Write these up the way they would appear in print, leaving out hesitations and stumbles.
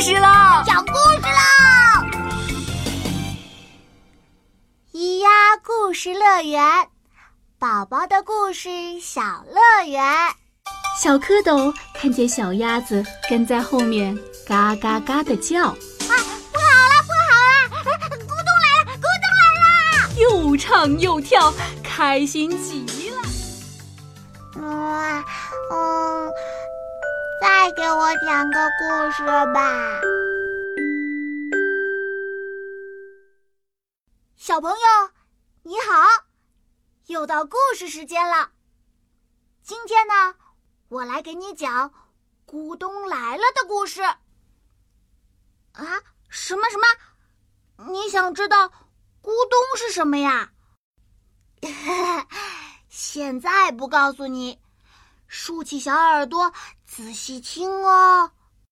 事了！ 讲故事啦！咿呀故事乐园，宝宝的故事小乐园。 小蝌蚪看见小鸭子跟在后面嘎嘎嘎地叫， 不好了，咕咚来了，咕咚来了！ 又唱又跳，开心极了。 再给我讲个故事吧。小朋友，你好，又到故事时间了。今天呢，我来给你讲《咕咚来了》的故事。啊，什么？你想知道咕咚是什么呀？现在不告诉你，竖起小耳朵，仔细听哦。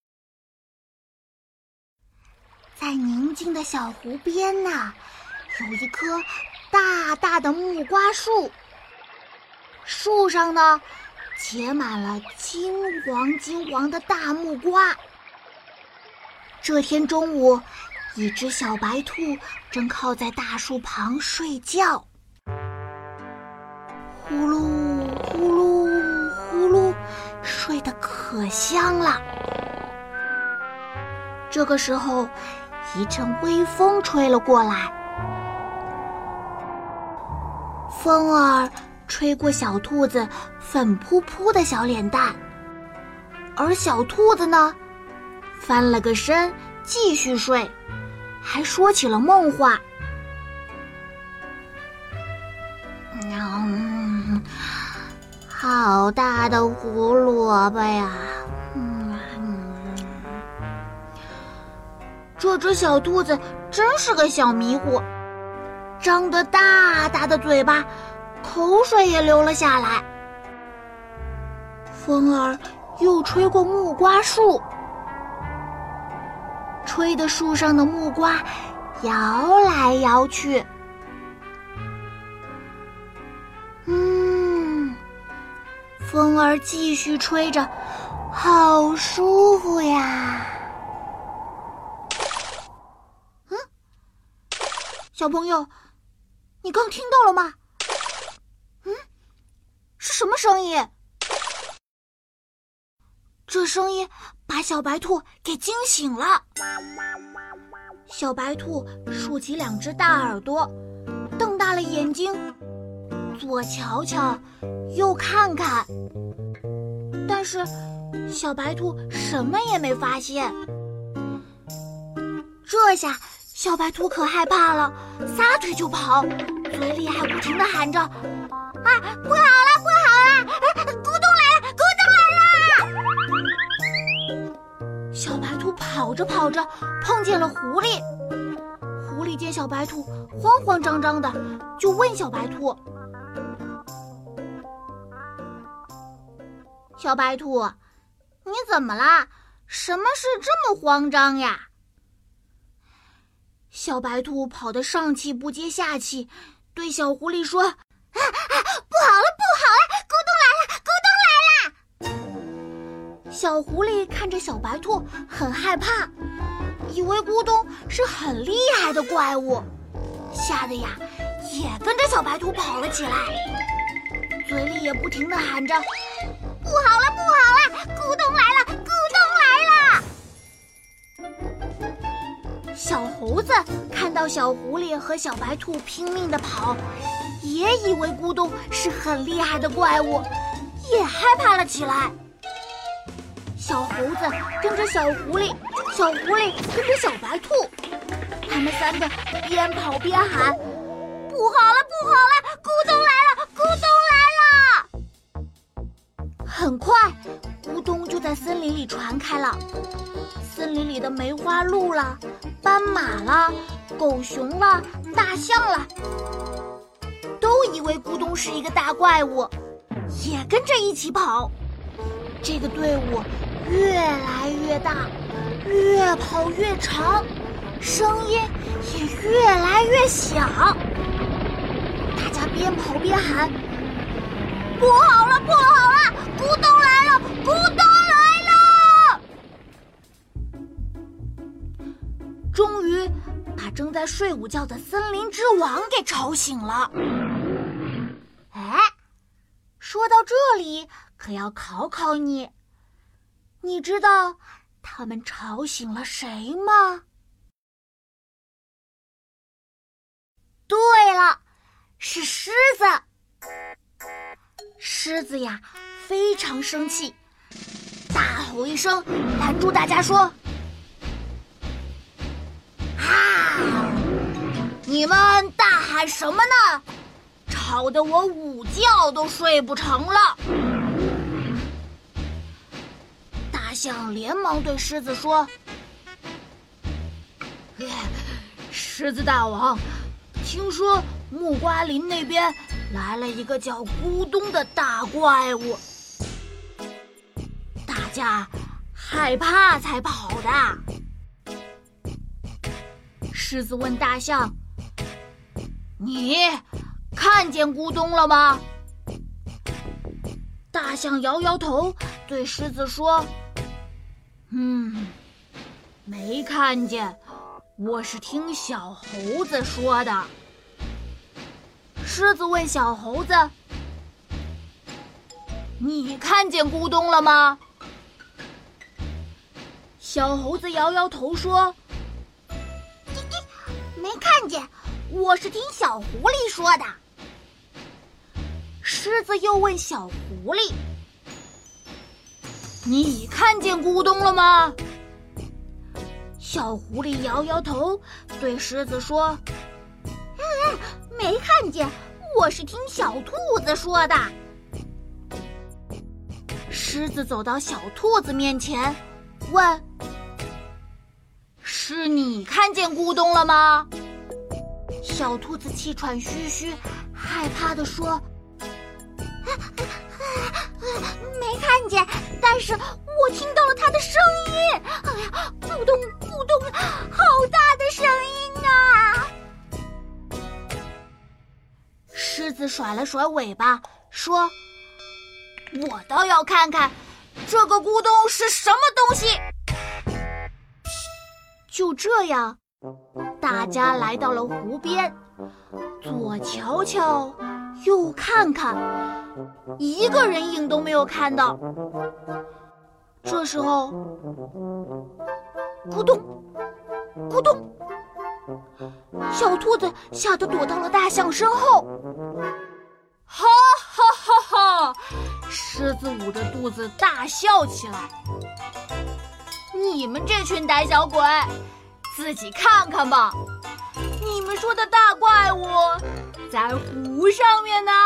在宁静的小湖边呢，有一棵大大的木瓜树，树上呢结满了金黄的大木瓜。这天中午，一只小白兔正靠在大树旁睡觉，呼噜呼噜呼噜，睡得可香了。这个时候，一阵微风吹了过来，风儿吹过小兔子粉扑扑的小脸蛋，而小兔子呢，翻了个身继续睡，还说起了梦话。好大的胡萝卜呀！这只小兔子真是个小迷糊，张得大大的嘴巴，口水也流了下来。风儿又吹过木瓜树，吹得树上的木瓜摇来摇去。风儿继续吹着，好舒服呀！小朋友，你刚听到了吗？是什么声音？这声音把小白兔给惊醒了。小白兔竖起两只大耳朵，瞪大了眼睛，左瞧瞧，右看看，但是小白兔什么也没发现。这下小白兔可害怕了，撒腿就跑，嘴里还不停地喊着：“不好了，咕咚来了，咕咚来了！”小白兔跑着碰见了狐狸，狐狸见小白兔慌慌张张的，就问小白兔：“小白兔，你怎么啦？什么事这么慌张呀？”小白兔跑得上气不接下气，对小狐狸说：“不好了，咕咚来了！”小狐狸看着小白兔很害怕，以为咕咚是很厉害的怪物，吓得呀也跟着小白兔跑了起来，嘴里也不停地喊着：“不好了，咕咚来了，咕咚来了！”小猴子看到小狐狸和小白兔拼命地跑，也以为咕咚是很厉害的怪物，也害怕了起来。小猴子跟着小狐狸，小狐狸跟着小白兔，他们三个边跑边喊：“不好了，咕咚来了，咕咚来了！”很快，咕咚就在森林里传开了。森林里的梅花鹿了，斑马了，狗熊了，大象了，都以为咕咚是一个大怪物，也跟着一起跑。这个队伍越来越大，越跑越长，声音也越来越响。大家边跑边喊：“不好了，咕咚来了，咕咚来了！” 正在睡午觉的森林之王给吵醒了。哎，说到这里，可要考考你，你知道他们吵醒了谁吗？对了，是狮子。狮子呀，非常生气，大吼一声，拦住大家说：“啊！你们大喊什么呢？吵得我午觉都睡不成了。”大象连忙对狮子说：“狮子大王，听说木瓜林那边来了一个叫咕咚的大怪物，大家害怕才跑的。”狮子问大象：“你看见咕咚了吗？”大象摇摇头，对狮子说：“没看见，我是听小猴子说的。”狮子问小猴子：“你看见咕咚了吗？”小猴子摇摇头说：“没看见，我是听小狐狸说的。”狮子又问小狐狸：“你看见咕咚了吗？”小狐狸摇摇头，对狮子说：“没看见，我是听小兔子说的。”狮子走到小兔子面前，问：“是你看见咕咚了吗？”小兔子气喘吁吁，害怕地说：“没看见，但是我听到了它的声音。哎呀，咕咚咕咚，好大的声音啊！”狮子甩了甩尾巴，说：“我倒要看看这个咕咚是什么东西。”就这样，大家来到了湖边，左瞧瞧，右看看，一个人影都没有看到。这时候，咕咚咕咚，小兔子吓得躲到了大象身后。哈哈哈哈！狮子捂着肚子大笑起来。你们这群胆小鬼，自己看看吧，你们说的大怪物在湖上面呢。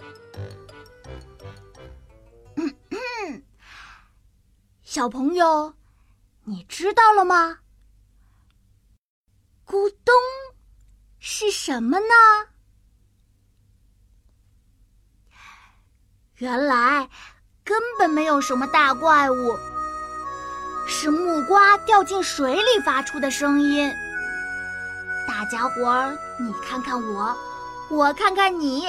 小朋友，你知道了吗？咕咚是什么呢？原来根本没有什么大怪物，是木瓜掉进水里发出的声音。大家伙儿，你看看我，我看看你，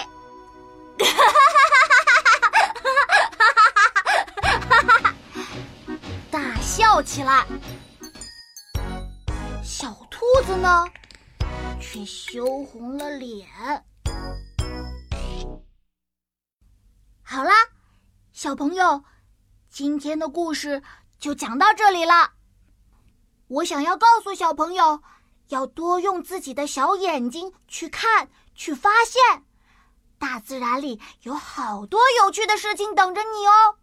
大笑起来。小兔子呢，却羞红了脸。好啦，小朋友，今天的故事就讲到这里了。我想要告诉小朋友，要多用自己的小眼睛去看，去发现，大自然里有好多有趣的事情等着你哦。